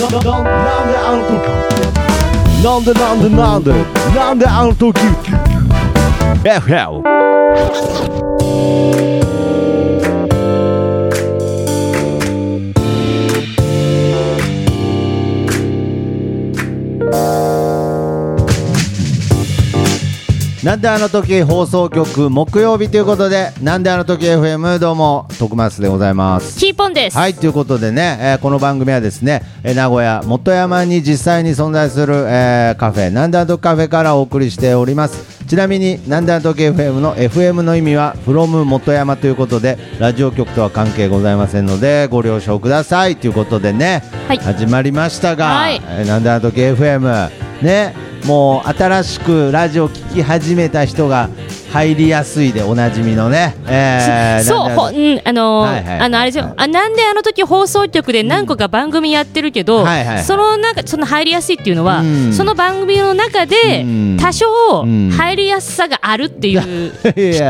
なんであの時 FLなんであの時放送局木曜日ということで、なんであの時 FM、 どうも徳松でございます。 キーポンです。 はい、ということでね、この番組はですね、名古屋元山に実際に存在する、カフェなんであの時カフェからお送りしております。ちなみになんであの時 FM の FM の意味は from 元山ということで、ラジオ局とは関係ございませんのでご了承くださいということでね、 はい、 始まりましたが、 はい、 なんであの時 FM ね、もう新しくラジオ聞き始めた人が入りやすいでおなじみのね、 そう、あれですよ、なんであの時放送局で何個か番組やってるけど、その入りやすいっていうのは、その番組の中で多少入りやすさがあるっていう、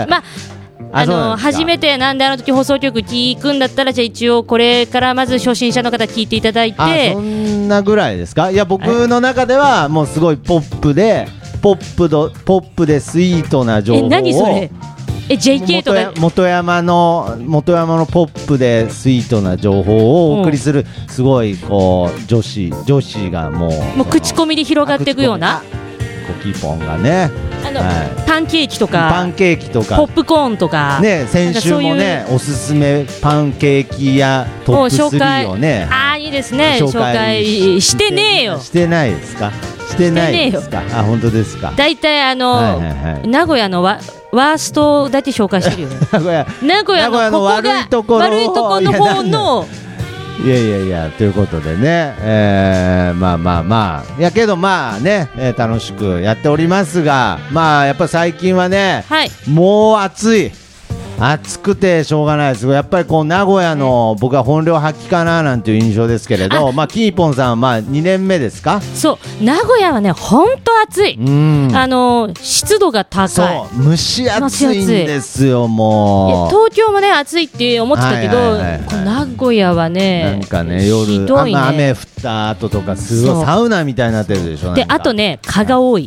まあ初めてなんであの時放送局聞くんだったら、じゃあ一応これからまず初心者の方聞いていただいて、 そんなぐらいですか。いや、僕の中ではもうすごいポップでスイートな情報を、 何それ、JK とか元山のポップでスイートな情報をお送りする、すごいこう女子がもう口コミで広がっていくようなコキポンがね、 パンケーキとかポップコーンとかね、先週もね、おすすめパンケーキやトップ3をね、 いいですね、紹介してねえよ。 してないですか。してないですか。本当ですか。 だいたい名古屋のワーストだけ紹介してるよね。名古屋のここが悪いところの方のいやということでね、まあやけどまあね、楽しくやっておりますが、まあやっぱ最近はね、もう暑くてしょうがないです。やっぱりこう名古屋の僕は本領発揮かななんていう印象ですけれど、まあキーポンさんはまあ2年目ですか。 そう名古屋はね本当暑い、湿度が高い、 そう蒸し暑いんですよ。もう東京もね暑いって思ってたけど、名古屋はねなんかね夜雨降った後とかすごいサウナみたいになってるでしょ。 であとね蚊が多い、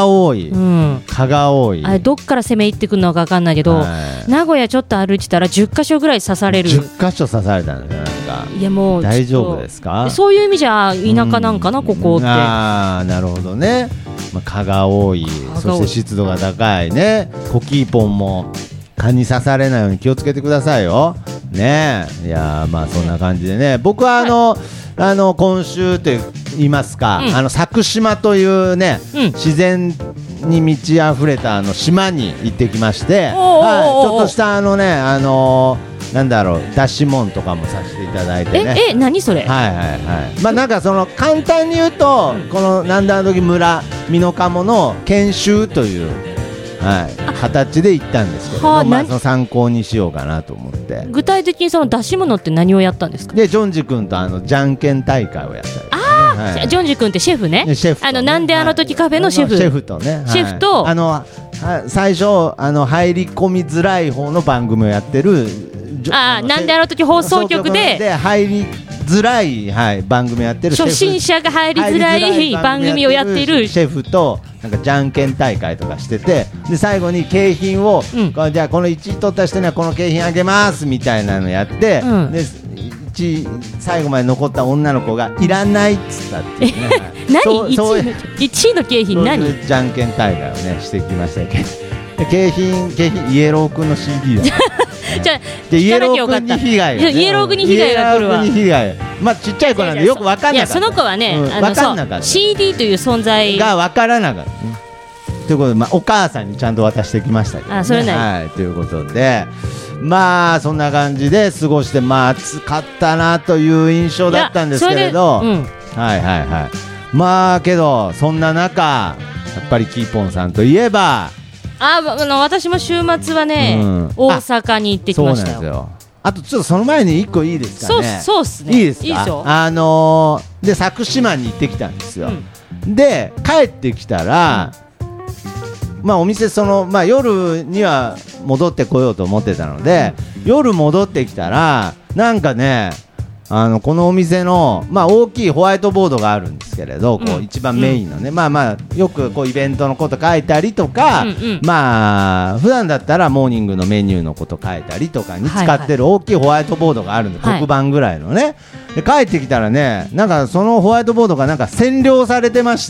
あれどっから攻め入ってくるのか分かんないけど、名古屋ちょっと歩いてたら10箇所ぐらい刺される。 10箇所刺されたんだよ。なんかいやもう大丈夫ですか。 そういう意味じゃ田舎なんかな、ここって。 なるほどね。蚊が多い、そして湿度が高いね。コキーポンも蚊に刺されないように気をつけてくださいよね。いやまあそんな感じでね、僕は今週と言いますか、佐久島というね、自然に満ち溢れた島に行ってきまして、ちょっとしたなんだろう、出し物とかもさせていただいてね。 何それ。 まあなんか簡単に言うと、このなんだあの時村美濃加茂の研修という、形で行ったんですけど、その参考にしようかなと思って。 具体的にその出し物って何をやったんですか。 でジョンジ君とじゃんけん大会をやったり、 ジョンジ君ってシェフね。なんであの時カフェのシェフとね、 シェフと最初入り込みづらい方の番組をやってる、 なんであの時放送局で入りづらい、番組をやってる初心者が入りづらい番組をやってるシェフとなんかじゃんけん大会とかしてて、で最後に景品を、じゃあこの1位取った人にはこの景品あげますみたいなのやって、で最後まで残った女の子がいらないっつったっていうね。 何1位の景品何。 じゃんけん大会をねしてきましたけど、景品イエロー君の CD だ。 じゃあイエロー君に被害が、 イエロー君に被害が来るわ。 まあちっちゃい子なんでよく分かんなかった。 いやその子はね、 分かんなかった。 CD という存在が分からなかった。ということで、お母さんにちゃんと渡してきましたけどね。 それね。 ということで、まあそんな感じで過ごして、まあ暑かったなという印象だったんですけれど、まあけどそんな中やっぱりキーポンさんといえば、 私も週末はね、大阪に行ってきましたよ。そうなんですよ。 あとちょっとその前に1個いいですかね。 そうっすね。 いいですか。 いいですよ。 で佐久島に行ってきたんですよ。で帰ってきたら、お店夜には戻ってこようと思ってたので、夜戻ってきたらなんかね、 このお店の、大きいホワイトボードがあるんですけれど、こう一番メインのね、よくこうイベントのこと書いたりとか、普段だったらモーニングのメニューのこと書いたりとかに使ってる大きいホワイトボードがあるんで、黒板ぐらいのね。で帰ってきたらね、なんかそのホワイトボードがなんか占領されてまして、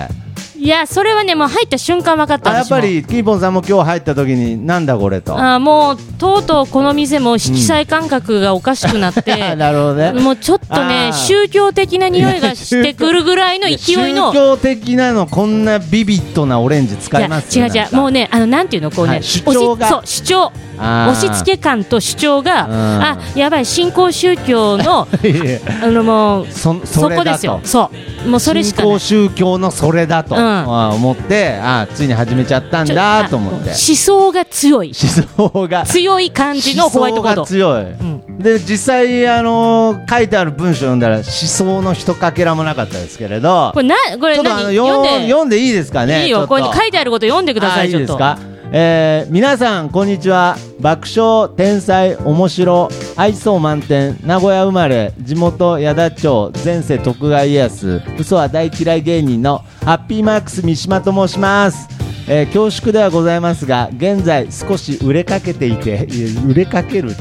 いやそれはねもう入った瞬間分かった。 やっぱりキーポンさんも今日入った時になんだこれと、 もうとうとうこの店も色彩感覚がおかしくなって、 なるほどね、 もうちょっとね宗教的な匂いがしてくるぐらいの勢いの宗教的なの、こんなビビッドなオレンジ使いますよ。 違うもうねなんていうのこうね、 主張が主張押し付け感と主張が、やばい新興宗教のもうそこですよ。そうもうそれしかない。 新興宗教のそれだと思って、ついに始めちゃったんだと思って。 思想が強い、 思想が強い感じのホワイトボード。 思想が強い、で実際書いてある文章読んだら思想のひとかけらもなかったですけれど、 これちょっと読んでいいですかね。 いいよ、これ書いてあること読んでください。ちょっといいですか。皆さんこんにちは。爆笑天才面白愛想満点名古屋生まれ地元矢田町前世徳川家康嘘は大嫌い芸人のハッピーマックス三島と申します。恐縮ではございますが現在少し売れかけていて売れかけるって、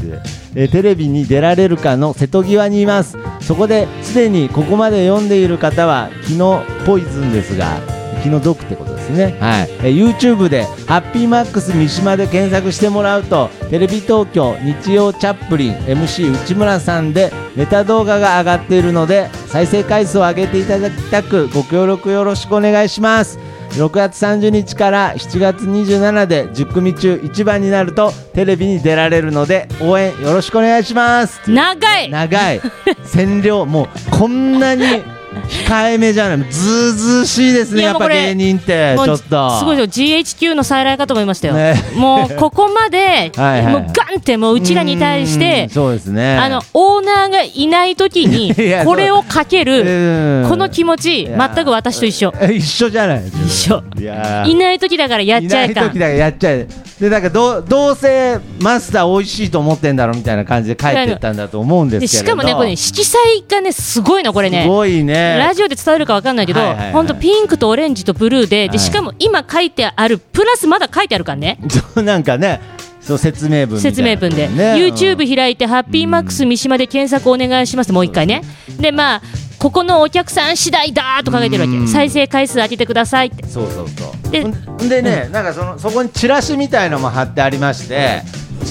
テレビに出られるかの瀬戸際にいます。そこですでにここまで読んでいる方は気のポイズンですが気の毒ってことですね。はい。YouTube でハッピーマックス三島で検索してもらうとテレビ東京日曜チャップリン MC 内村さんでネタ動画が上がっているので再生回数を上げていただきたくご協力よろしくお願いします。6月30日から7月27で10組中1番になるとテレビに出られるので応援よろしくお願いします。 長い占領もうこんなに控えめじゃない、ずうずうしいですね。やっぱ芸人ってちょっとすごいよ。 GHQ の再来かと思いましたよ、もうここまでもうガンってもううちらに対してそうですね、 オーナーがいない時にこれをかけるこの気持ち全く私と一緒一緒じゃない一緒。いない時だからやっちゃえか。 いない時だからやっちゃえで、なんかどうせマスター美味しいと思ってんだろうみたいな感じで帰ってったんだと思うんですけれど、 しかもねこれね色彩がねすごいのこれね。 すごいね。 ラジオで伝わるか分かんないけど、本当ピンクとオレンジとブルーで、しかも今書いてあるプラスまだ書いてあるからね。 なんかねそう説明文みたいな、 で、YouTube 開いてハッピーマックス三島で検索お願いしますもう一回ね。でここのお客さん次第だーと書いてるわけ。再生回数当ててくださいって。 そうでね、なんかそこにチラシみたいのも貼ってありまして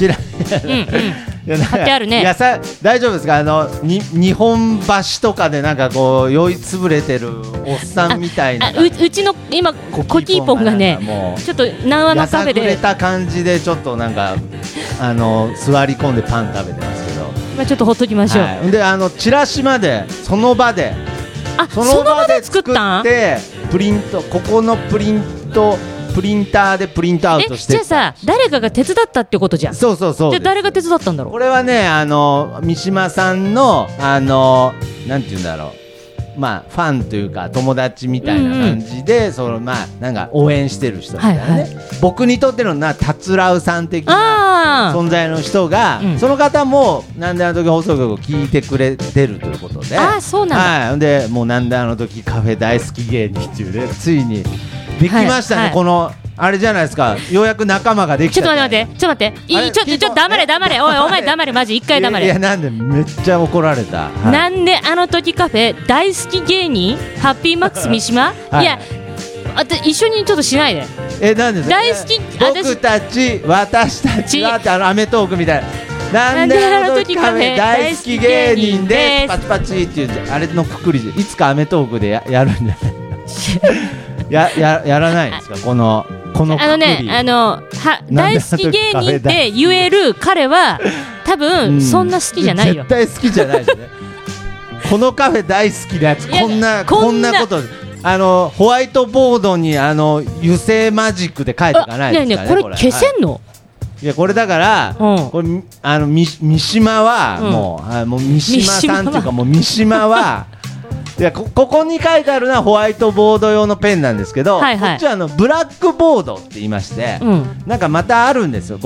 貼ってあるね。 大丈夫ですか。日本橋とかでなんかこう酔いつぶれてるおっさんみたいな、 うちの今コキーポンがねちょっと南和のカフェでやさぐれた感じでちょっとなんか座り込んでパン食べてますけど、 ちょっとほっときましょう、 でチラシまでその場で作ってプリント、ここのプリンターでプリントアウトして。 じゃあさ誰かが手伝ったってことじゃん。 そうじゃあ誰が手伝ったんだろう。 これはね三島さんのなんていうんだろう、ファンというか友達みたいな感じで、なんか応援してる人みたいなね、僕にとっての達郎さん的な存在の人が、その方もなんであの時放送局を聞いてくれてるということで、 そうなんだ、 でもうなんであの時カフェ大好き芸人っていうね、ついにできましたね、このあれじゃないですか、ようやく仲間ができた。 ちょっと待ってちょっと黙れお前黙れマジ一回黙れ。 いやなんでめっちゃ怒られた、 なんであの時カフェ大好き芸人ハッピーマックス三島、いや一緒にちょっとしないで。 なんで大好き僕たち私たちはってアメトーークみたいな。なんであの時カフェ大好き芸人でパチパチっていうあれのくくりでいつかアメトーークでやるんじゃないやらないんですか、このくくり。 大好き芸人って言える彼は多分そんな好きじゃないよ。 絶対好きじゃないですねこのカフェ大好きなやつ、こんなことホワイトボードに油性マジックで書いていかないですかね。 これ消せんの？ いやこれだから、これ三島はもう三島さんっていうかもう三島はいやここに書いてあるのはホワイトボード用のペンなんですけど、こっちはブラックボードって言いまして、なんかまたあるんですよ。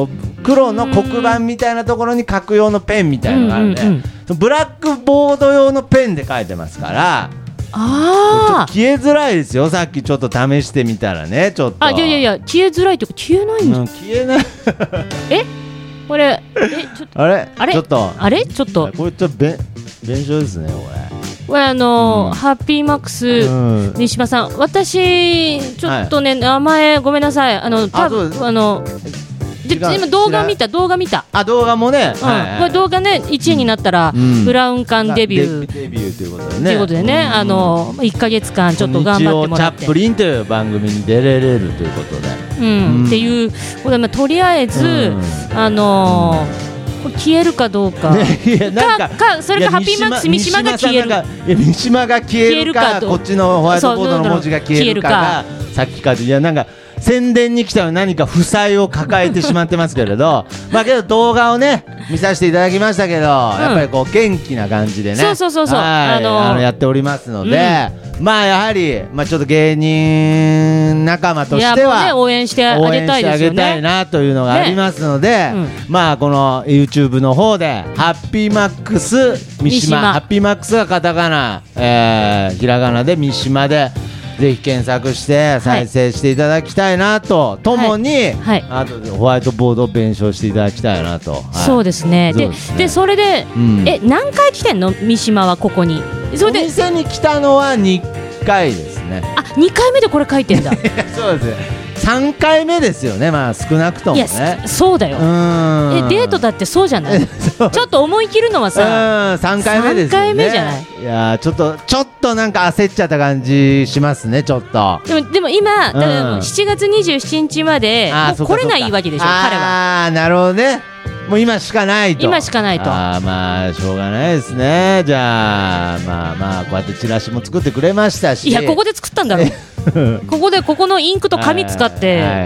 黒の黒板みたいなところに書く用のペンみたいなのがあるんで、ブラックボード用のペンで書いてますから、消えづらいですよ。さっきちょっと試してみたらね、ちょっと。 いや消えづらいとか消えないんです消えない。 これちょっとあれちょっとこれちょっと弁償ですね、 これハッピーマックス三島さん、私ちょっとね、名前ごめんなさい、多分今動画見た動画もね、これ動画ね1位になったらブラウン管デビューということでね、1ヶ月間ちょっと頑張ってもらって、 チャップリンという番組に出れるということで、 っていうこれとりあえずこれ消えるかどうか、それかハッピーマックス三島が消えるか、 三島が消えるか、こっちのホワイトボードの文字が消えるかがさっきから、いやなんか宣伝に来たら何か負債を抱えてしまってますけれどけど動画をね見させていただきましたけど、やっぱりこう元気な感じでね、やっておりますので、やはりちょっと芸人仲間としては応援してあげたいですよね。 応援してあげたいなというのがありますので、この YouTube の方でハッピーマックス三島、ハッピーマックスがカタカナ、ひらがなで三島でぜひ検索して再生していただきたいなと、ともに、あとでホワイトボードを弁償していただきたいなと、 そうですね。でそれで、何回来てんの三島はここに。それでお店に来たのは2回ですね。 2回目でこれ書いてんだ。 そうですね。3回目ですよね、少なくともね。 いやそうだよ。デートだってそうじゃない。ちょっと思い切るのはさ、 3回目ですよね。 3回目じゃない。 いやちょっとなんか焦っちゃった感じしますね、ちょっと。 でも今7月27日までもう来れないわけでしょ、彼は。 なるほどね。もう今しかないと。 しょうがないですね。じゃあこうやってチラシも作ってくれましたし。 いやここで作ったんだろう。ここのインクと紙使って、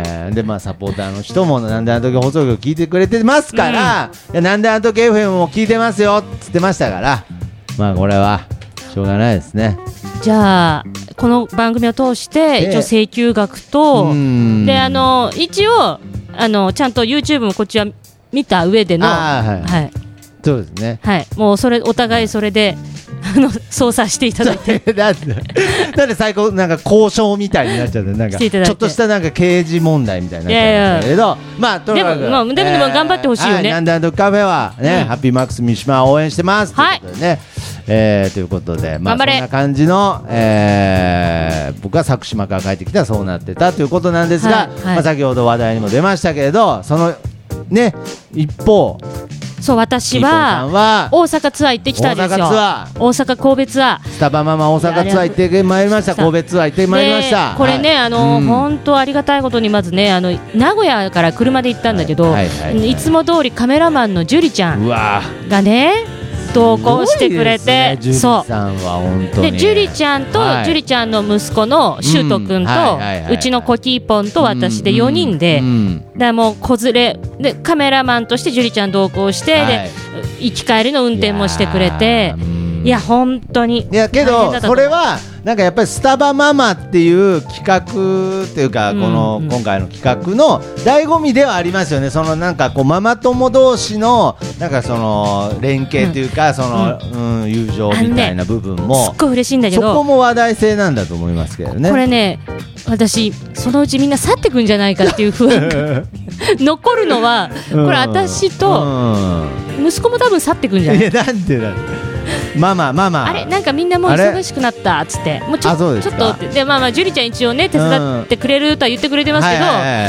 でサポーターの人もなんであの時放送局聞いてくれてますから、なんであの時 FM も聞いてますよって言ってましたから、これはしょうがないですね。 じゃあこの番組を通して一応請求額とで一応ちゃんと YouTube もこっちは見た上での、 そうですね。 もうお互いそれで操作していただいて。 なんで最高なんか交渉みたいになっちゃって、なんかちょっとしたなんか刑事問題みたいになっちゃうんですけれど、とにかくでも頑張ってほしいよね。 なんであのカフェはね、ハッピーマックス三島を応援してますということでね。ということでそんな感じの僕は佐久島から帰ってきたらそうなってたということなんですが、先ほど話題にも出ましたけれど、そのね一方、 私は大阪ツアー行ってきたんですよ。大阪神戸ツアー、 スタバママ大阪ツアー行ってまいりました。神戸ツアー行ってまいりました。 これね本当ありがたいことにまずね名古屋から車で行ったんだけど、いつも通りカメラマンのジュリちゃんがね同行してくれて、 ジュリさんは本当にでジュリちゃんとジュリちゃんの息子のシュート君とうちのコキーポンと私で4人で、だもう子連れでカメラマンとしてジュリちゃん同行して、で行き帰りの運転もしてくれて、いや本当に。 いやけどそれはなんかやっぱりスタバママっていう企画っていうか、今回の企画の醍醐味ではありますよね。そのなんかこうママ友同士のなんかその連携というか、友情みたいな部分もすっごい嬉しいんだけど、 そこも話題性なんだと思いますけどね。 これね、私そのうちみんな去ってくんじゃないかっていう不安残るのはこれ私と息子も多分去ってくんじゃない。 いやなんでだママあれなんかみんなもう忙しくなったっつってもうちょっとでジュリちゃん一応ね手伝ってくれるとは言ってくれてますけど、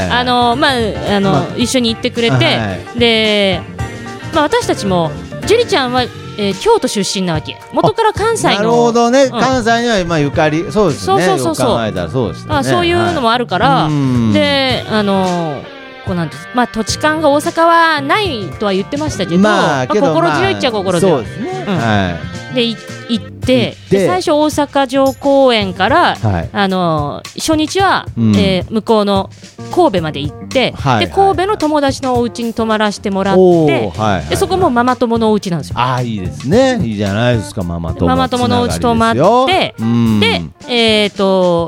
一緒に行ってくれて、で私たちもジュリちゃんは京都出身なわけ。元から関西の。 なるほどね、関西には今ゆかり、そうですね。そう考えたらそうですね。 そういうのもあるから、でこうなんて土地勘が大阪はないとは言ってましたけど、心強いっちゃ心強い。そうですね。で行って最初大阪城公園から、初日は向こうの神戸まで行って、で神戸の友達のお家に泊まらせてもらって、でそこもママ友のお家なんですよ。 いいですね。いいじゃないですか。ママ友のお家泊まって、で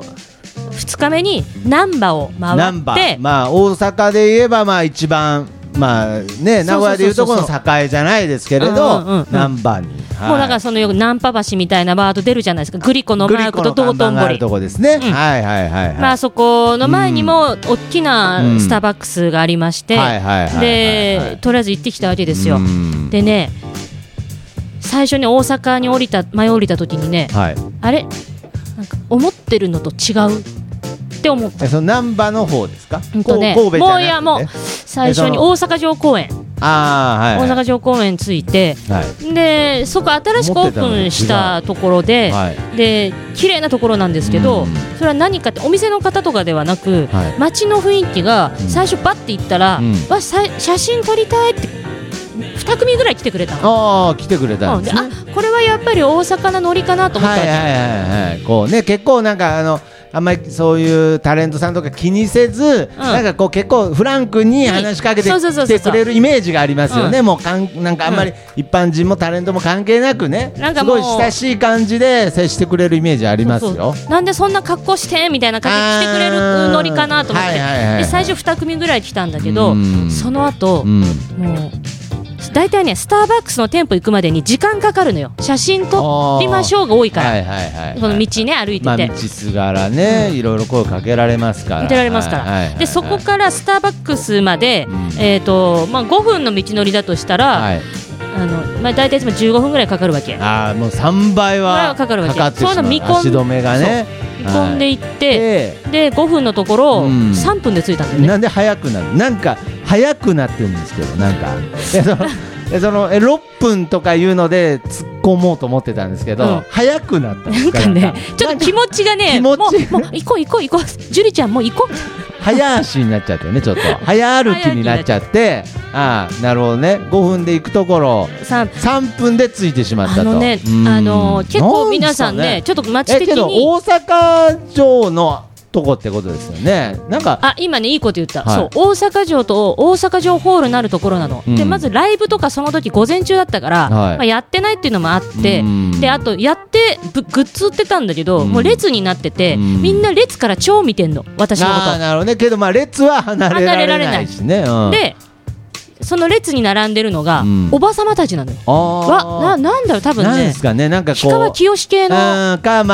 2日目に難波を回って、 大阪で言えば一番まあね、名古屋でいうとこの栄じゃないですけれど、難波に、 もうだからそのよく難波橋みたいなワード出るじゃないですか。グリコのマークと道頓堀とこですね。はいはいはい。 まあそこの前にも大きなスターバックスがありまして、でとりあえず行ってきたわけですよ。でね、最初に大阪に前降りた時にね、あれなんか思ってるのと違うって思った。 その難波の方ですか？ 神戸じゃなくて、もういやもう最初に大阪城公園、大阪城公園着いて、でそこ新しくオープンしたところで、で綺麗なところなんですけど、それは何かってお店の方とかではなく、街の雰囲気が最初バッて行ったら、写真撮りたいって2組ぐらい来てくれたの。 来てくれたんですね。 これはやっぱり大阪のノリかなと思ったわけ。 こうね、結構なんかあんまりそういうタレントさんとか気にせず、なんかこう結構フランクに話しかけてきてくれるイメージがありますよね。もうなんかあんまり一般人もタレントも関係なくね、すごい親しい感じで接してくれるイメージありますよ。 なんでそんな格好してみたいな感じで来てくれるノリかなと思って、で最初2組ぐらい来たんだけど、その後もう大体ね、スターバックスの店舗行くまでに時間かかるのよ。写真撮りましょうが多いから、この道ね歩いてて、 道すがらね、いろいろ声かけられますから、 でそこからスターバックスまで、5分の道のりだとしたら、大体いつも15分ぐらいかかるわけ。 もう3倍はかかるわけ。そういうの見込ん足止めがね、 見込んでいって、で5分のところ3分で着いたんだよね。 なんで早くなる？なんか早くなってるんですけど、なんか6分とかいうので突っ込もうと思ってたんですけど、早くなったんですか？ なんかね、ちょっと気持ちがね、もう行こうジュリちゃんもう行こう早足になっちゃってね、ちょっと早歩きになっちゃって、なるほどね、5分で行くところ3分で着いてしまったと。 結構皆さんね、ちょっと街的に大阪城のとこってことですよね。なんか今ねいいこと言った、そう大阪城と大阪城ホールなるところなの、でまずライブとかその時午前中だったから、やってないっていうのもあって、であとやってグッズ売ってたんだけど、もう列になってて、みんな列から超見てんの、私のこと。 なるほどね。けど列は離れられないしね。でその列に並んでるのが、おばさまたちなのよ。なんだろう、多分ね、 なんですかね、なんかこう氷川きよし系のか、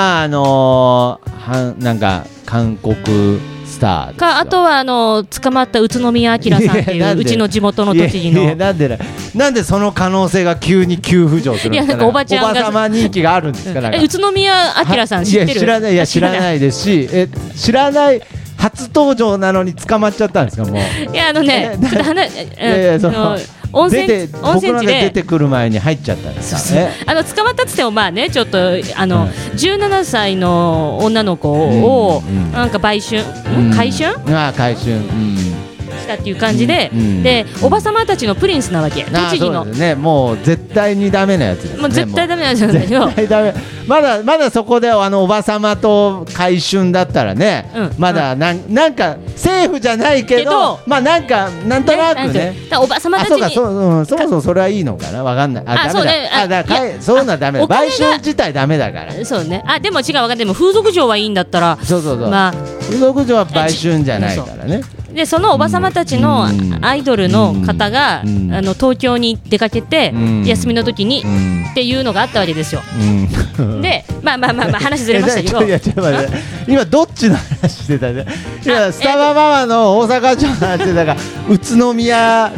なんか韓国スターか、 あとは捕まった宇都宮晃さんっていううちの地元の栃木の。 なんでその可能性が急浮上するんですかね。 なんかおばちゃんが、 おばさま人気があるんですから。 宇都宮晃さん知ってる？ 知らないですし、知らない初登場なのに捕まっちゃったんですか？もういやちょっと温泉地で出てくる前に入っちゃったんですか？ 捕まったっつってもちょっと17歳の女の子をなんか回春したっていう感じで、でおばさまたちのプリンスなわけ、栃木の。 そうですね、もう絶対にダメなやつですね。 もう絶対ダメなやつなんだけど、 まだそこでおばさまと回春だったらね、まだなんかセーフじゃないけど、なんとなくね、 おばさまたちにそもそもそれはいいのかな、わかんない。そうね、そういうのはダメだ、売春自体ダメだから。 そうね。でも違う、わかんない。でも風俗嬢はいいんだったら、 風俗嬢は売春じゃないからね。 でそのおばさまたちのアイドルの方が東京に出かけて休みの時にっていうのがあったわけですよ。で話ずれましたけど、 今どっちの話してたね。今スタバママの大阪城の話してたから、宇都宮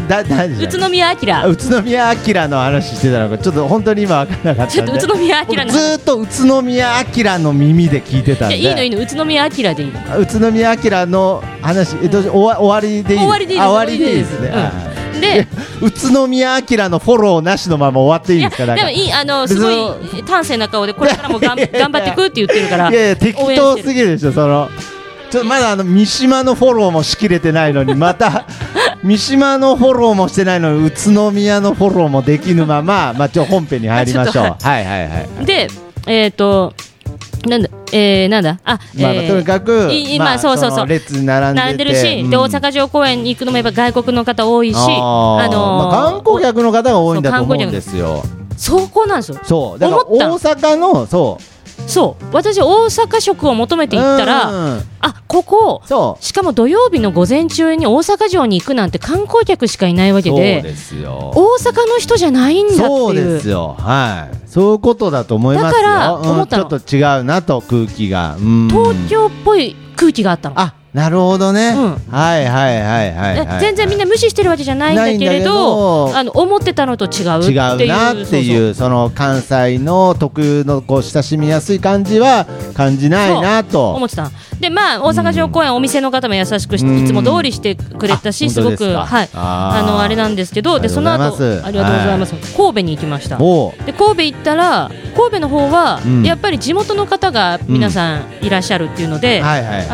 晃の話してたのか、ちょっと本当に今分からなかったんで、 ちょっと宇都宮晃のずっと宇都宮晃の耳で聞いてたんで。 いいの宇都宮晃でいいの。 宇都宮晃の話、終わりでいいです。終わりでいいですね。で宇都宮晃のフォローなしのまま終わっていいですか？ でもいい、すごい端正な顔でこれからも頑張ってくって言ってるから。 いや適当すぎるでしょ。ちょっとまだ三島のフォローもしきれてないのに、また三島のフォローもしてないのに宇都宮のフォローもできぬまま、本編に入りましょう。 でなんだとにかくそう列並んでるし、 で大阪城公園に行くのもやっぱ外国の方多いし、 観光客の方が多いんだと思うんですよ。 そこなんですよ。 そうだから大阪のそう私大阪食を求めて行ったら、ここしかも土曜日の午前中に大阪城に行くなんて観光客しかいないわけで、 そうですよ、 大阪の人じゃないんだっていう。 そうですよ、はい、そういうことだと思いますよ。 だから思ったの、 ちょっと違うなと空気が、 東京っぽい空気があったの。 なるほどね、はいはいはいはい、 全然みんな無視してるわけじゃないんだけれど、思ってたのと違うっていうなっていう、その関西の特有のこう親しみやすい感じは感じないなと思ってた。で大阪城公園、お店の方も優しくしていつも通りしてくれたし、すごくあれなんですけど、でその後ありがとうございます、神戸に行きました。で神戸行ったら神戸の方は、やっぱり地元の方が皆さんいらっしゃるっていうので、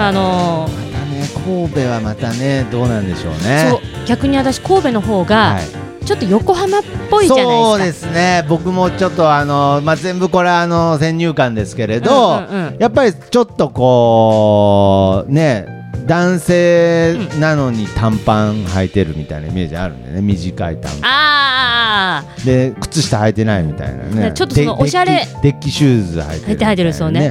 神戸はまたねどうなんでしょうね。 そう逆に私神戸の方が、ちょっと横浜っぽいじゃないですか。 そうですね、僕もちょっと全部これ先入観ですけれど、やっぱりちょっとこうね男性なのに短パン履いてるみたいなイメージあるんでね、短い短パンで靴下履いてないみたいなね、 ちょっとそのおしゃれデッキシューズ履いてるみたいなね、 そうね、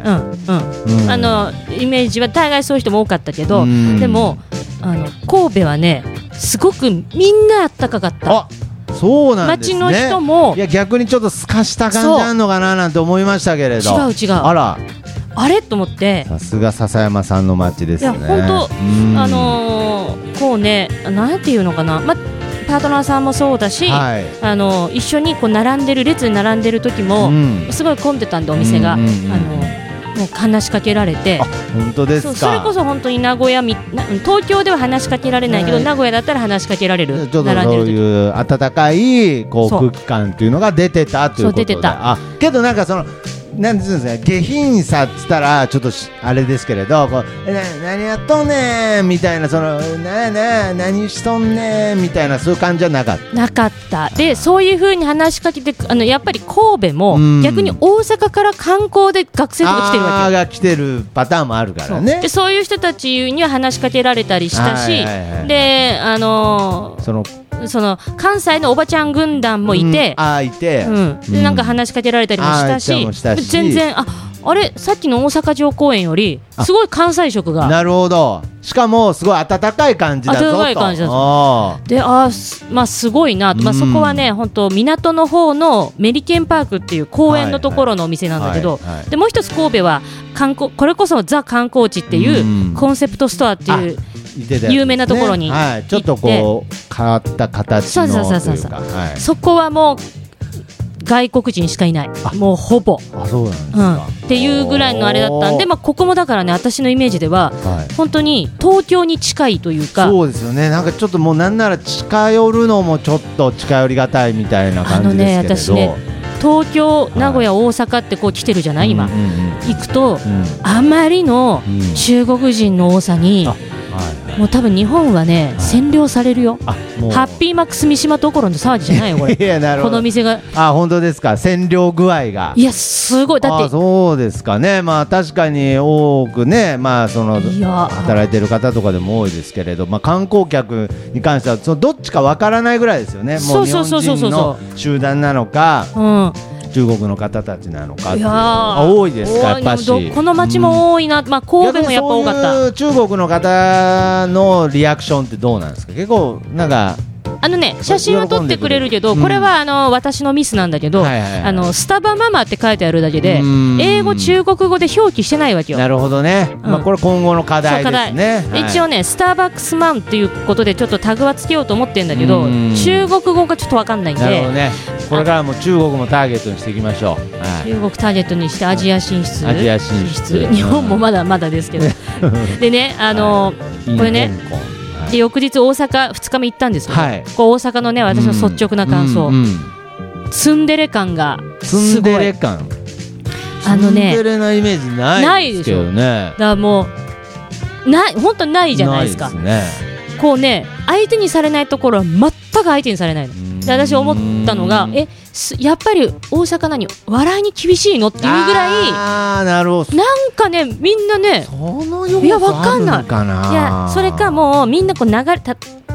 イメージは大概そういう人も多かったけど、でも神戸はねすごくみんなあったかかった。 そうなんですね。 街の人もいや逆にちょっと透かした感じあるのかななんて思いましたけれど、 違うあれと思って、 さすが笹山さんの街ですね。 いや本当こうね、なんていうのかな、パートナーさんもそうだし、一緒にこう列に並んでる時も、すごい混んでたんでお店が、もう話しかけられて。 本当ですか。 それこそ本当に名古屋東京では話しかけられないけど、名古屋だったら話しかけられる。 ちょっとそういう温かいこう空気感っていうのが出てたということで、けどなんかそのなんていうんですか、下品さっつったらちょっとあれですけれど、こう何やっとんねんみたいな、その何しとんねんみたいなそういう感じはなかった。 でそういう風に話しかけてやっぱり神戸も逆に大阪から観光で学生とか来てるわけが来てるパターンもあるからね。 でそういう人たちには話しかけられたりしたし、でその関西のおばちゃん軍団もいて、でなんか話しかけられたりもしたし、全然あれさっきの大阪城公園よりすごい関西色が。 なるほど。しかもすごい温かい感じだぞと。 温かい感じだぞ。ですごいなと、そこはね本当港の方のメリケンパークっていう公園のところのお店なんだけど、でもう一つ神戸はこれこそザ観光地っていうコンセプトストアっていう有名なところに行って、 ちょっとこう変わった形のというか、 そこはもう外国人しかいない、もうほぼ。 そうなんですか。 っていうぐらいのあれだったんで、ここもだからね、私のイメージでは、本当に東京に近いというか。 そうですよね。なんかちょっともうなんなら近寄るのもちょっと近寄りがたいみたいな感じですけれど。 私ね、東京、名古屋、大阪ってこう来てるじゃない、今。行くと、あまりの中国人の多さに、もう多分日本はね、占領されるよ。ハッピーマックス三島どころの騒ぎじゃないよこれ。この店が。 本当ですか。占領具合が。 いやすごい。だってそうですかね。確かに多くね、その働いてる方とかでも多いですけれど、観光客に関してはそのどっちかわからないぐらいですよね。もう日本人の集団なのか。中国の方たちなのか。多いですか。やっぱしこの街も多いな。神戸もやっぱ多かった。 そういう中国の方のリアクションってどうなんですか。結構なんか写真は撮ってくれるけど、これは私のミスなんだけど、スタバママって書いてあるだけで英語中国語で表記してないわけよ。 なるほどね。これ今後の課題ですね。 一応ねスターバックスマンっていうことでちょっとタグはつけようと思ってるんだけど、中国語がちょっと分かんないんで。 なるほどね。これからも中国もターゲットにしていきましょう。 中国ターゲットにしてアジア進出。日本もまだまだですけど。でねこれね。で翌日大阪2日目行ったんですけど、こう大阪のね私の率直な感想、ツンデレ感がすごい。ツンデレ感。 ツンデレなイメージないですけどね。 だからもう本当ないじゃないですか。こうね相手にされないところは全く相手にされないの。で私思ったのがやっぱり大阪笑いに厳しいのっていうぐらい。 なるほど。 なんかねみんなね、いやわかんない。いやそれかもうみんなこう流れ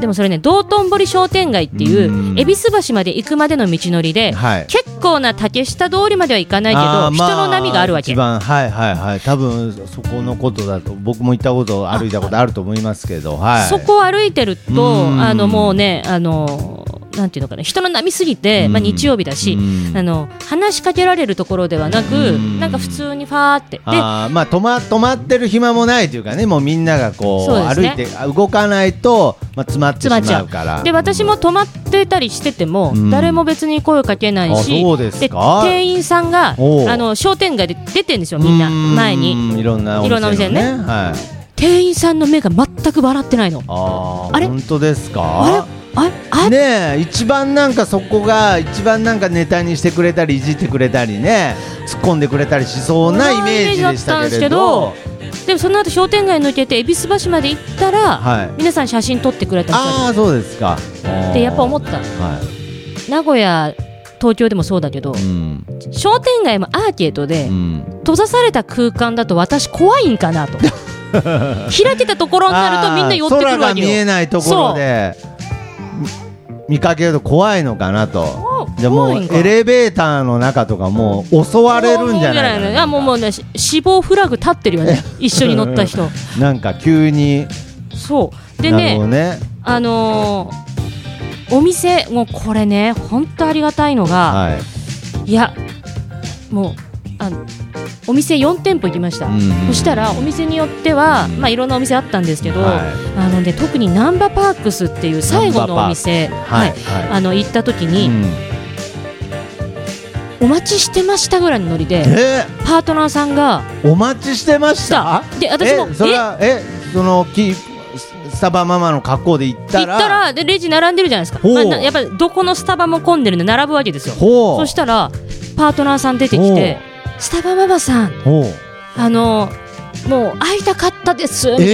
でもそれね、道頓堀商店街っていう恵比寿橋まで行くまでの道のりで、はい、結構な竹下通りまでは行かないけど、人の波があるわけ。 一番、はいはいはい、多分そこのことだと僕も行ったこと歩いたことあると思いますけど、はい、 そこを歩いてるともうねなんていうのかな、人の波すぎて、日曜日だし、話しかけられるところではなく、なんか普通にファーってで、 止まってる暇もないというかね、もうみんながこう、歩いて動かないと、詰まってしまうから。 で私も止まってたりしてても、誰も別に声をかけないし、 そうですか。 で店員さんが商店街で出てるんですよ、みんな前にいろんなお店ね、はい、 店員さんの目が全く笑ってないの。あれ本当ですか。ねえ、一番なんかそこが一番なんかネタにしてくれたりいじってくれたりね、突っ込んでくれたりしそうなイメージでしたけれど、 でもその後商店街抜けて恵比寿橋まで行ったら、はい、皆さん写真撮ってくれたりした。 ああそうですか。 でやっぱ思った、はい、名古屋東京でもそうだけど、商店街もアーケードで、閉ざされた空間だと私怖いんかなと開けたところになるとみんな寄ってくるわけよ。 空が見えないところで見かけると怖いのかなと。じゃあもうエレベーターの中とかもう襲われるんじゃないかな。 いやもうね、死亡フラグ立ってるよね一緒に乗った人なんか急に。 そうでね、お店もうこれね本当ありがたいのが、はい、いやもうお店4店舗行きました、そしたらお店によっては、いろんなお店あったんですけど、特にナンバパークスっていう最後のお店、行った時に、お待ちしてましたぐらいのノリで、パートナーさんがお待ちしてましたで、私もそれはスタバママの格好で行ったらでレジ並んでるじゃないですか、やっぱりどこのスタバも混んでるんで並ぶわけですよ。そしたらパートナーさん出てきて、スタバママさんもう会いたかったですみたい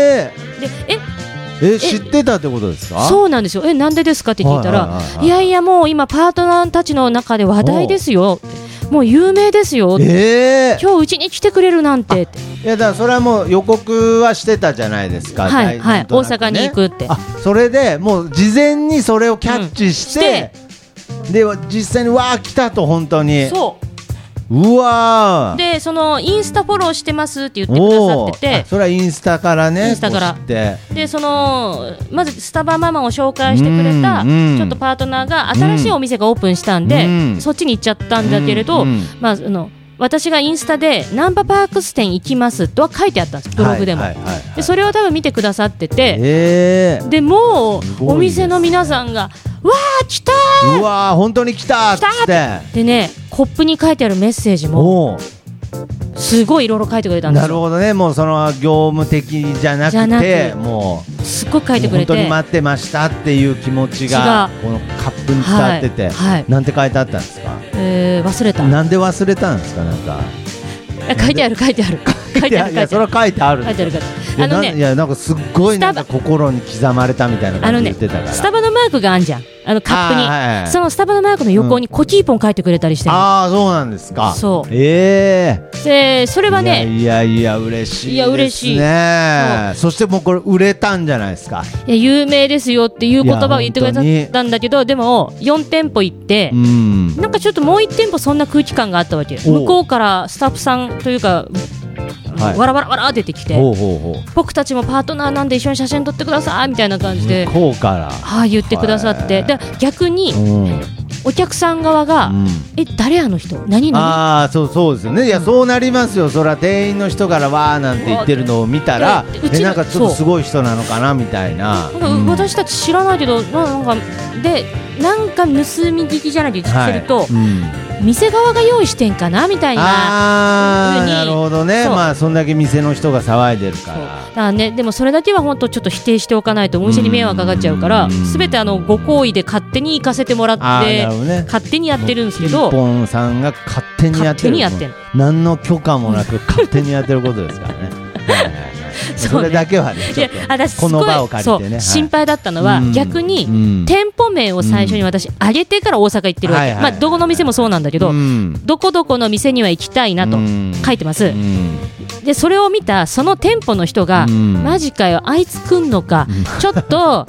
な。 知ってたってことですか。 そうなんですよ。なんでですかって聞いたら、いやいやもう今パートナーたちの中で話題ですよ、もう有名ですよ、今日うちに来てくれるなんて。 いやだからそれはもう予告はしてたじゃないですか、 はいはい、大阪に行くって。 それでもう事前にそれをキャッチして、で実際にわー来たと。本当にうわでそのインスタフォローしてますって言ってくださってて、 それはインスタからね。 インスタからでまずスタバママを紹介してくれたちょっとパートナーが新しいお店がオープンしたんで、そっちに行っちゃったんだけれど、私がインスタでナンバパークス店行きますとは書いてあったんです、ブログでも。でそれを多分見てくださってて、でもうお店の皆さんがわー来たー、 うわー本当に来たーってでね、コップに書いてあるメッセージもすごいいろいろ書いてくれたんですよ。 なるほどね。もうその業務的じゃなくて、もうすっごい書いてくれて、 本当に待ってましたっていう気持ちがこのカップに伝わってて、なんて書いてあったんですか。 忘れた。 なんで忘れたんですか。なんか書いてある書いてあるいやそれは書いてある。 書いてあるいやなんかすっごいなんか心に刻まれたみたいな感じで言ってたから、 スタバのマークがあんじゃん、カップに、そのスタバのマークの横にコキーポン書いてくれたりしてる。 そうなんですか。 そうでそれはね、 いや嬉しいですね。いや嬉しい。そしてもうこれ売れたんじゃないですか。 いや有名ですよっていう言葉を言ってくださったんだけど、でも4店舗行って、なんかちょっともう1店舗そんな空気感があったわけ。向こうからスタッフさんというかわらわらわら出てきて、僕たちもパートナーなんで一緒に写真撮ってくださいみたいな感じで向こうから言ってくださって、で逆にお客さん側が誰あの人何そうですよね。いやそうなりますよ。そら店員の人からわーなんて言ってるのを見たらなんかちょっとすごい人なのかなみたいな。 私たち知らないけどなんか盗み聞きじゃないけどしてると、店側が用意してんかなみたいな。 なるほどね。そんだけ店の人が騒いでるから。 だからね、でもそれだけは本当ちょっと否定しておかないとお店に迷惑かかっちゃうから、すべてご好意で勝手に行かせてもらって、勝手にやってるんですけど、 キーポンさんが勝手にやってる。何の許可もなく勝手にやってることですからね。それだけはね、ちょっとこの場を借りてね、 心配だったのは逆に店舗名を最初に私上げてから大阪行ってるわけ。どこの店もそうなんだけど、どこどこの店には行きたいなと書いてます。でそれを見たその店舗の人がマジかよあいつ来んのか、ちょっと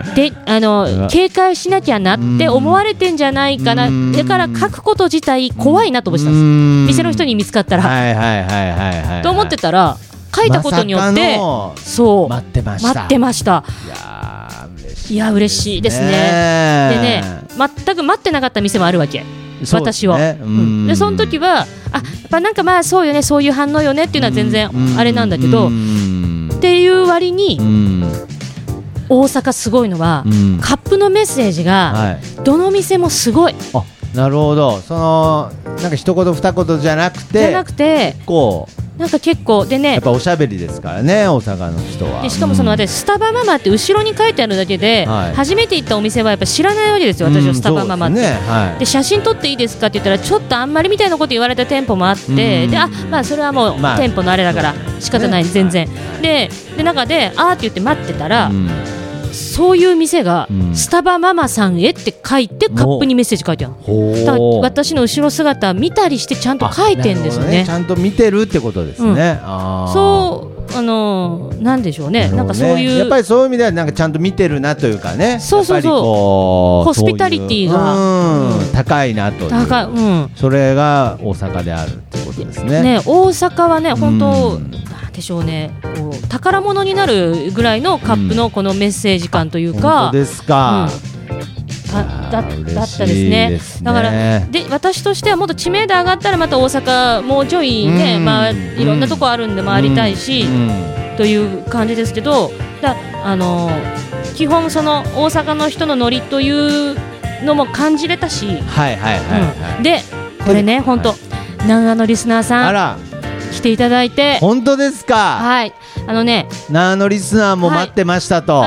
で警戒しなきゃなって思われてんじゃないかな、だから書くこと自体怖いなと思ってたんです。店の人に見つかったらと思ってたら、書いたことによって、そう待ってました。 いや嬉しいですね。でね、全く待ってなかった店もあるわけ、私を。でその時はやっぱなんかまあそうよね、そういう反応よねっていうのは全然あれなんだけど、っていう割に大阪すごいのは、カップのメッセージがどの店もすごい。 なるほど。なんか一言二言じゃなくてこうなんか結構でね、 やっぱおしゃべりですからね、大阪の人は。 でしかも私スタバママって後ろに書いてあるだけで、初めて行ったお店はやっぱ知らないわけですよ、私はスタバママって。で写真撮っていいですかって言ったら、ちょっとあんまりみたいなこと言われた店舗もあって、でまあそれはもう店舗のあれだから仕方ない、全然で中でって言って待ってたら、そういう店がスタバママさんへって書いてカップにメッセージ書いてある。だから私の後ろ姿見たりしてちゃんと書いてんですよね。 ちゃんと見てるってことですね。 そうなんでしょうね。なんかそういうやっぱりそういう意味ではなんかちゃんと見てるなというかね。 そうホスピタリティが高いなという。それが大阪であるってことですね。 大阪はね本当でしょうね、こう宝物になるぐらいのカップのこのメッセージ感というか、 本当ですか、 だったですね。だからで私としてはもっと知名度上がったらまた大阪もうちょいね、いろんなとこあるんで回りたいし、という感じですけど、基本その大阪の人のノリというのも感じれたし、でこれね本当南アのリスナーさん来ていただいて。 本当ですか。 はい長野リスナーも待ってましたと。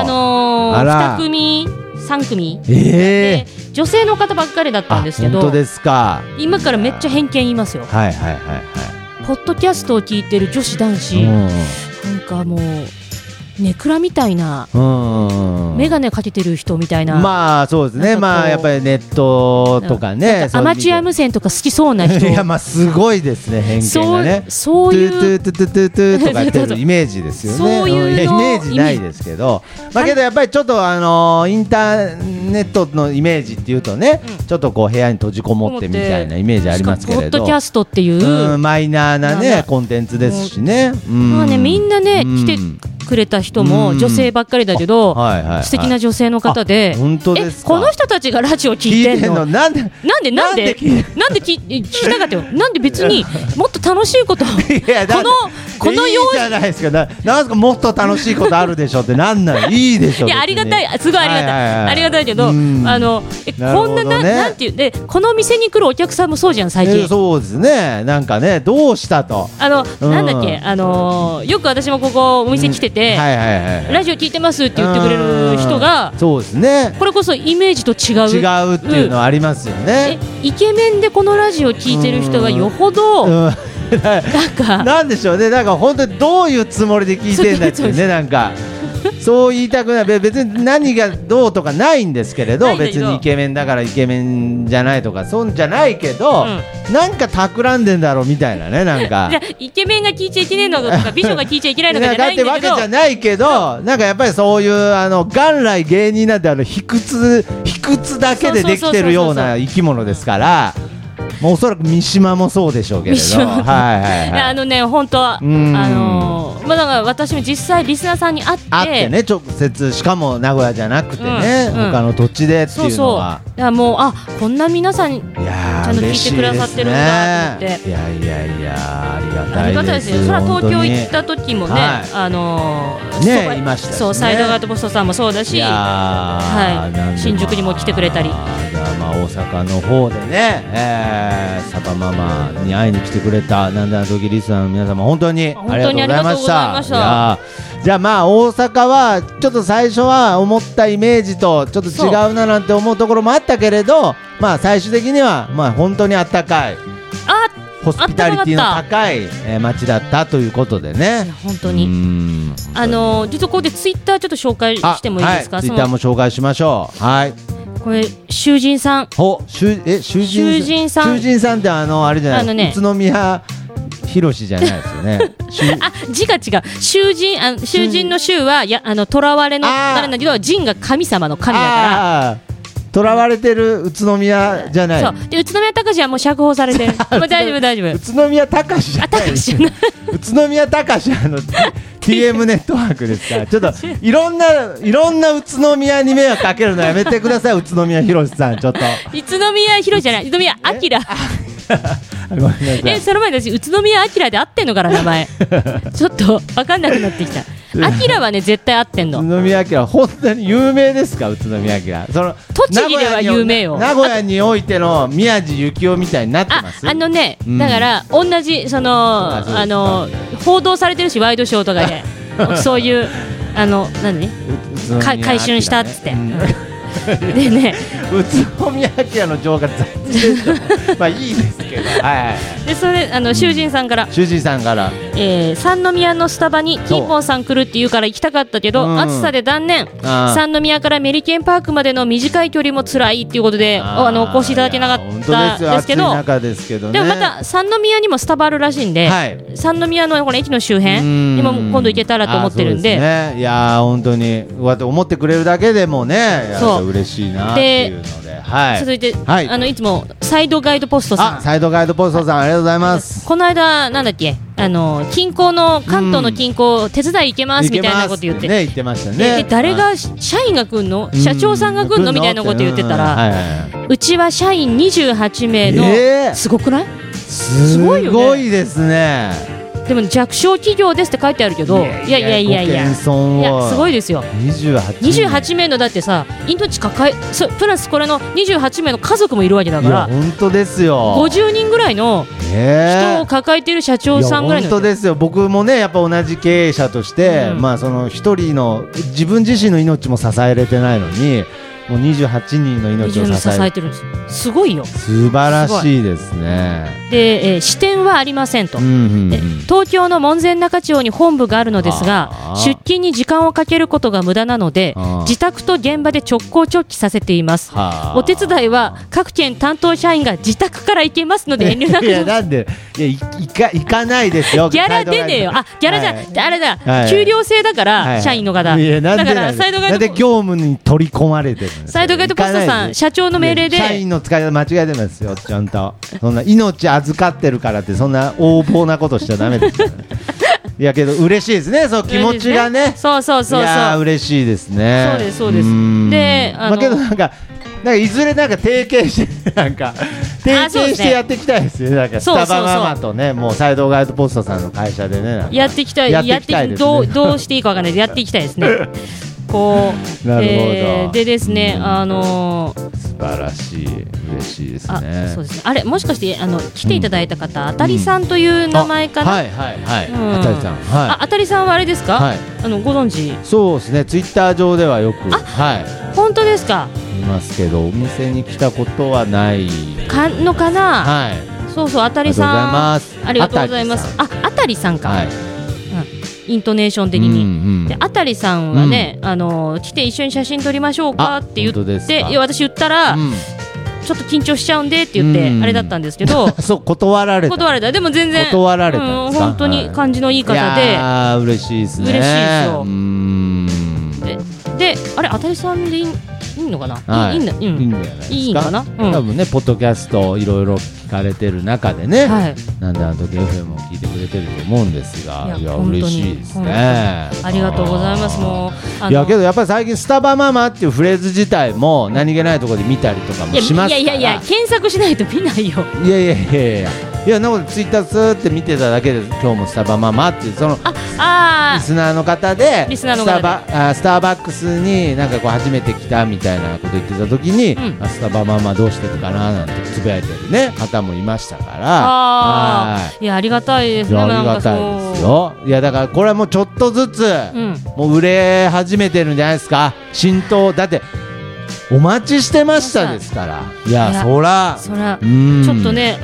2組3組、で女性の方ばっかりだったんですけど。 本当ですか。 今からめっちゃ偏見言いますよ。ポッドキャストを聞いてる女子男子、なんかもうネクラみたいな、メガネかけてる人みたいな。 まあそうですね。やっぱりネットとかね、 アマチュア無線とか好きそうな人。 いやすごいですね、偏見がね。 そういうトゥトゥトゥトゥトゥとか言ってるイメージですよね。 そういうイメージないですけど、けどやっぱりちょっとインターネットのイメージっていうとね、ちょっとこう部屋に閉じこもってみたいなイメージありますけれど、 ポッドキャストっていうマイナーなねコンテンツですしね。 みんなね来てくれた人も女性ばっかりだけど、素敵な女性の方で、 本当ですか。 この人たちがラジオ聞いてんのなんで聞きたかったよ。なんで別にもっと楽しいことこのようじゃないですか。なんですかもっと楽しいことあるでしょってなんないいいでしょ。 いやありがたい、すごいありがたい、ありがたいけど、こんななんていうで、この店に来るお客さんもそうじゃん最近。 そうですね。なんかね、どうしたとなんだっけ、よく私もここお店来てて、ラジオ聞いてますって言ってくれる人が、 そうですね、 これこそイメージと違うっていうのはありますよね。 イケメンでこのラジオ聞いてる人がよほどなんでしょうね。なんか本当にどういうつもりで聞いてんだっていうね、なんかそう言いたくない。別に何がどうとかないんですけれど、別にイケメンだからイケメンじゃないとかそんじゃないけど、なんか企んでんだろうみたいなね。なんかイケメンが聞いちゃいけないのとか美女が聞いちゃいけないのかじゃないんだけどだってわけじゃないけど、なんかやっぱりそういう元来芸人なんて卑屈だけでできてるような生き物ですから。もうおそらく三島もそうでしょうけれど、 本当はだから私も実際リスナーさんに会ってね、直接、しかも名古屋じゃなくてね、他の土地でっていうのは、 だからもうこんな皆さんちゃんと聞いてくださってるんだと思って、 いやありがたいですよ。 それは東京行った時もね、 いましたしね。 そうサイドガードポストさんもそうだし、新宿にも来てくれたり、 大阪の方でね、サバママに会いに来てくれたなんだ時リスナーの皆様、本当にありがとうございました。じゃあ大阪はちょっと最初は思ったイメージとちょっと違うななんて思うところもあったけれど、最終的には本当にあったかいホスピタリティの高い街だったということでね。 本当に実はここでツイッターちょっと紹介してもいいですか。 ツイッターも紹介しましょう。 これ囚人さん。 囚人さんってあれじゃない、宇都宮ひろしじゃないですよね。 あ、字が違う。囚人の囚は囚われの誰だけど、人が神様の神だから。 囚われてる宇都宮じゃない。 そうで、宇都宮隆はもう釈放されてる。もう大丈夫大丈夫。 宇都宮隆じゃない。宇都宮隆TM ネットワークですから、ちょっといろんな宇都宮に迷惑かけるのやめてください。宇都宮宏さん、ちょっと。 宇都宮宏じゃない、宇都宮明。 ごめんなさい。 その前に私宇都宮明で合ってんのから名前。ちょっと分かんなくなってきた。明はね絶対合ってんの。 宇都宮明本当に有名ですか？宇都宮明。 栃木では有名よ。 名古屋においての宮地幸雄みたいになってます。 だから同じ報道されてるし、ワイドショーとかでそういう回春したっつって。でね、 宇都宮明の情が雑です。まあいいですけど。 でそれ囚人さんから三宮のスタバにキンポンさん来るって言うから行きたかったけど、暑さで断念。三宮からメリケンパークまでの短い距離も辛いっていうことでお越しいただけなかったですけど、でもまた三宮にもスタバあるらしいんで、三宮のこの駅の周辺にも今度行けたらと思ってるんで、 いや本当に思ってくれるだけでもね、嬉しいなっていうので。 続いていつもサイドガイドポストさん。 サイドガイドポストさん、ありがとうございます。 この間なんだっけ、近郊の関東の近郊手伝い行けますみたいなこと言って言ってましたね。 誰が社員が来んの、社長さんが来んのみたいなこと言ってたら、うちは社員28名の、すごくない？すごいよね。 すごいですね。 でも弱小企業ですって書いてあるけど、いやすごいですよ。28名のだってさ、命抱えプラスこれの28名の家族もいるわけだから、 本当ですよ。 50人ぐらいの人を抱えている社長さんぐらいの。 本当ですよ。僕もねやっぱ同じ経営者として、その一人の自分自身の命も支えれてないのに、もう28人の命を支えてるんです。 すごいよ。 素晴らしいですね。 で、支店はありませんと。東京の門前仲町に本部があるのですが、出勤に時間をかけることが無駄なので、自宅と現場で直行直帰させています。お手伝いは各県担当社員が自宅から行けますので遠慮なく。 いやなんで行かないですよ。 ギャラ出ねえよ。ギャラじゃあれだ、給料制だから社員の方。だからサイドガイド、 なんで業務に取り込まれてる。 サイドガイドポストさん、社長の命令で社員の使い方間違えてますよ。ちゃんとそんな命預かってるからってそんな横暴なことしちゃダメですよ、ね。いやけど嬉しいですね。そう気持ちがね。 そういや嬉しいですね。 そうです。で、 けどなんかいずれ提携して提携してやっていきたいですよ。スタバママとね、もうサイドガイドポストさんの会社でね、 やっていきたい。どうしていいかわかんないでやっていきたいですね。 なるほど。 でですね、 素晴らしい、嬉しいですね。 そうですね。あれもしかして来ていただいた方、あたりさんという名前かな。あたりさん。あたりさんはあれですか？ご存知？ そうですね。ツイッター上ではよく。 本当ですか？ いますけど、お店に来たことはないのかな。そうあたりさん。ありがとうございます。あたりさんか。イントネーション的に、であたりさんはね、来て一緒に写真撮りましょうかって言って、私言ったら、ちょっと緊張しちゃうんでって言ってあれだったんですけど、 そう断られた。 でも全然断られたんですか？ 本当に感じのいい方で、 嬉しいですね。 嬉しいですよ。であれあたりさんでいいのかな？いいんじゃないですか？いいかな？ 多分ね、ポッドキャストいろいろ聞かれてる中でね、なんであの時 FM を聞いてくれてると思うんですが、いや嬉しいですね。 ありがとうございます。もういやけどやっぱり最近スタバママっていうフレーズ自体も何気ないところで見たりとかもしますから。 いや検索しないと見ないよ。 いやなんかツイッタースーって見てただけで、今日もスタバママっていうそのリスナーの方でスターバックスになんかこう初めて来たみたいなこと言ってた時に、スタバママどうしてるかななんてつぶやいてるね方もいましたから。 いやありがたいですね。 ありがたいですよ。いやだからこれはもうちょっとずつ、もう売れ始めてるんじゃないですか。浸透だってお待ちしてましたですから。いやそらちょっとね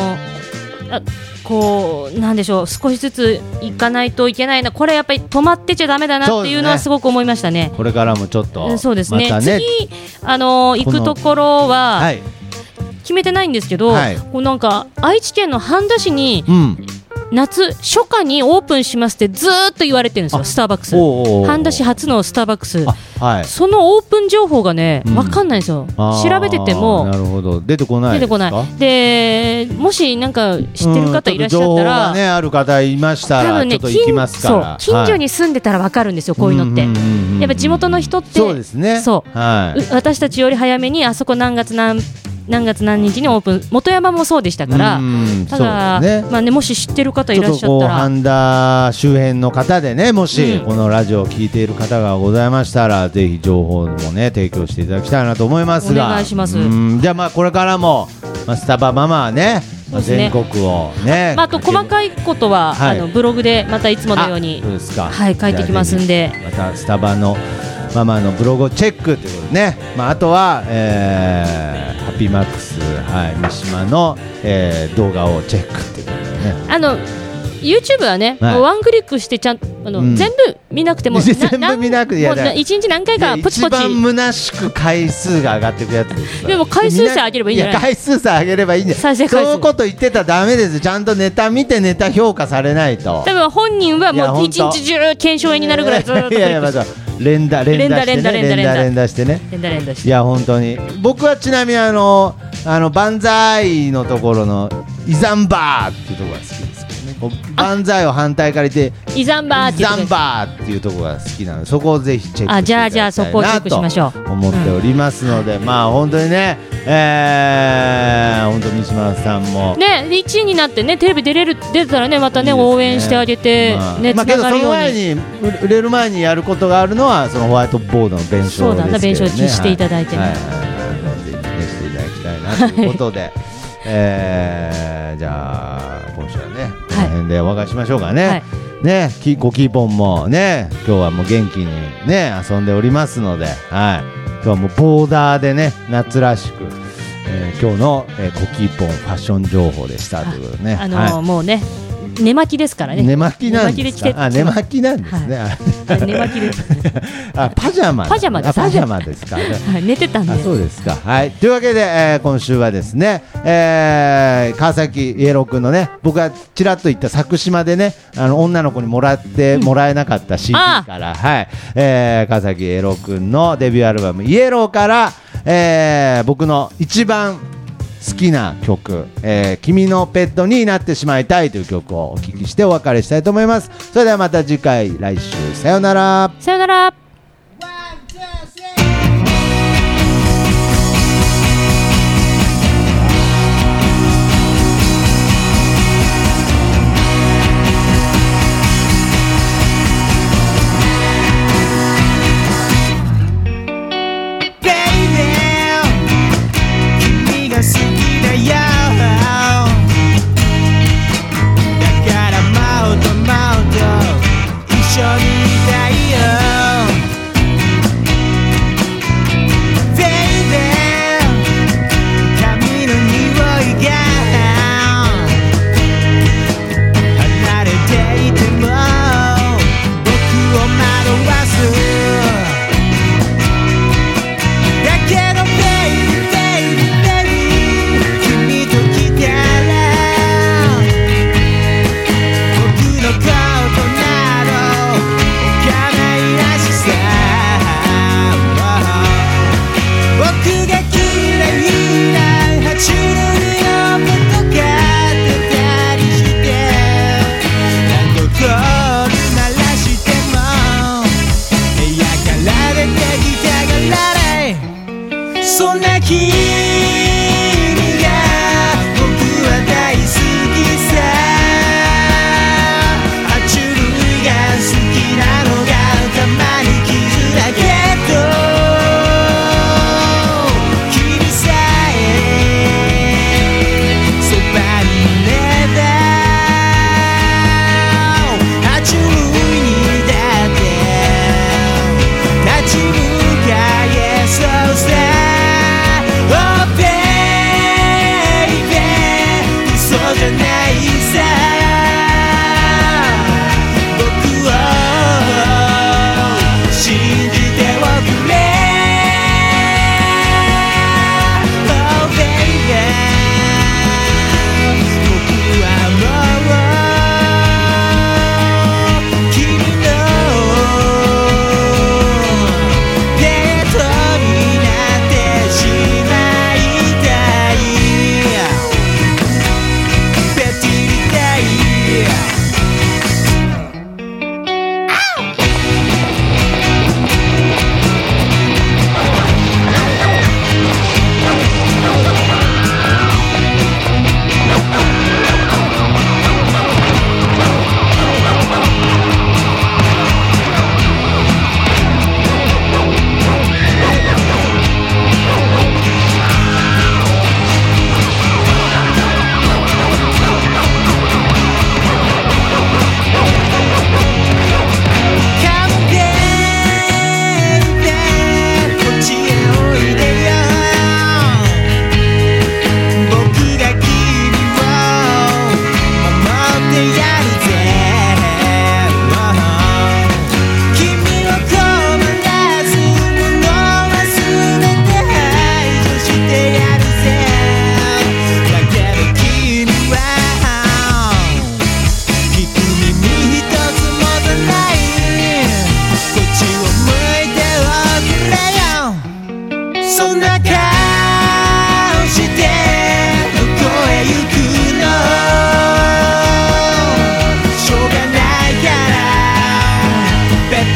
こうなんでしょう、少しずつ行かないといけないな、これやっぱり止まってちゃダメだなっていうのはすごく思いましたね。 これからもちょっとそうですね。次行くところは決めてないんですけど、こうなんか愛知県の半田市に夏初夏にオープンしますってずーっと言われてるんですよ、スターバックス。半田市初のスターバックス、はい、そのオープン情報がね分かんないんですよ、調べてても。 なるほど、出てこないですか。 出てこない。でもしなんか知ってる方いらっしゃったら、情報がねある方いましたら、ちょっと行きますから。 そう、近所に住んでたら分かるんですよ、こういうのって。やっぱ地元の人って、 そうですね、 そう、はい、私たちより早めにあそこ何月何日にオープン、本山もそうでしたから。ただ、ね、まあね、もし知ってる方いらっしゃったら、 半田周辺の方でね、もしこのラジオを聞いている方がございましたら、ぜひ情報もね提供していただきたいなと思いますが、 お願いします。 じゃあまあこれからも、スタバママはね、全国をね、 あと細かいことは、はい、ブログでまたいつものように、はい、書いてきますんで、 またスタバのママのブログをチェックということでね、まあ、あとは、ハッピーマックス、はい、三島の、動画をチェックっていうことでね。 YouTube はね、はい、ワンクリックしてちゃん全部見なくても、 全部見なくて、 一日何回かポチポチ、 一番虚しく回数が上がっていくやつですから。 でも回数さえ上げればいいんじゃない。 回数さえ上げればいいんじゃない。そういうこと言ってたらダメです。ちゃんとネタ見てネタ評価されないと。 多分本人はもう一日中検証炎になるぐらいずっと連打してね。いや本当に、僕はちなみに万歳のところのイザンバーっていうところが好きです。万歳を反対から言ってイザンバーっていうところが好きなので、そこをぜひチェックしていただきたいなと思っておりますので、まあ本当にね、本当三島さんもね1位になってね、テレビ出たらね、またね応援してあげてね、つながるように。 けどその前に売れる前にやることがあるのは、そのホワイトボードの弁償ですけどね。そうだな、 弁償していただいてね、 ぜひねしていただきたいなということで。じゃあ今週はね、この辺でお別れしましょうかね。はい、ね、ゴキポンもね、今日はもう元気にね遊んでおりますので、はい、今日はもうボーダーでね、夏らしく、今日の、ゴキポンファッション情報でしたということでね。 もうね、寝巻きですからね。 寝巻きなんですか。寝巻きなんですね。 寝巻きです。 パジャマですか。 寝てたんで。 そうですか。はい。というわけで、今週はですね、川崎イエロー君のね、僕がちらっと言った佐久島でね、女の子にもらえなかった CD から、はい、川崎イエロー君のデビューアルバムイエローから、僕の一番好きな曲、君のペットになってしまいたいという曲をお聴きしてお別れしたいと思います。それではまた次回、来週、さよなら。 さよなら。 そんな君が僕は大好きさ。爬虫類が好きなのがたまに傷だけど、君さえそばにいれば爬虫類にだって立ち向かえそうさ。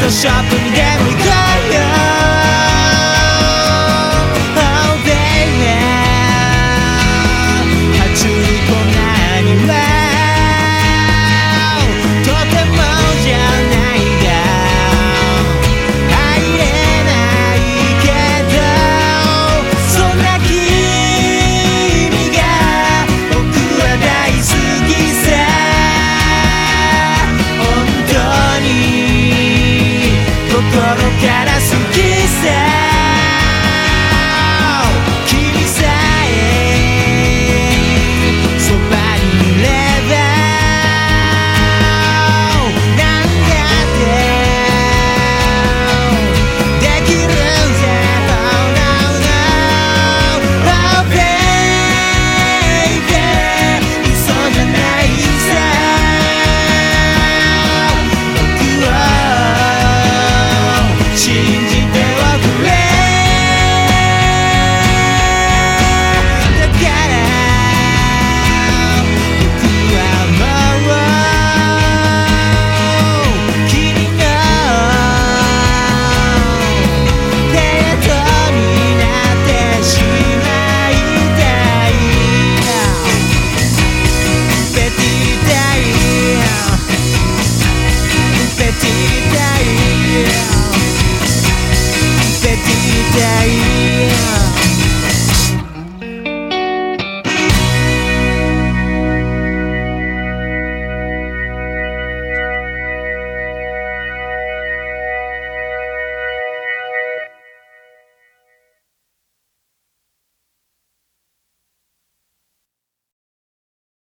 ショップ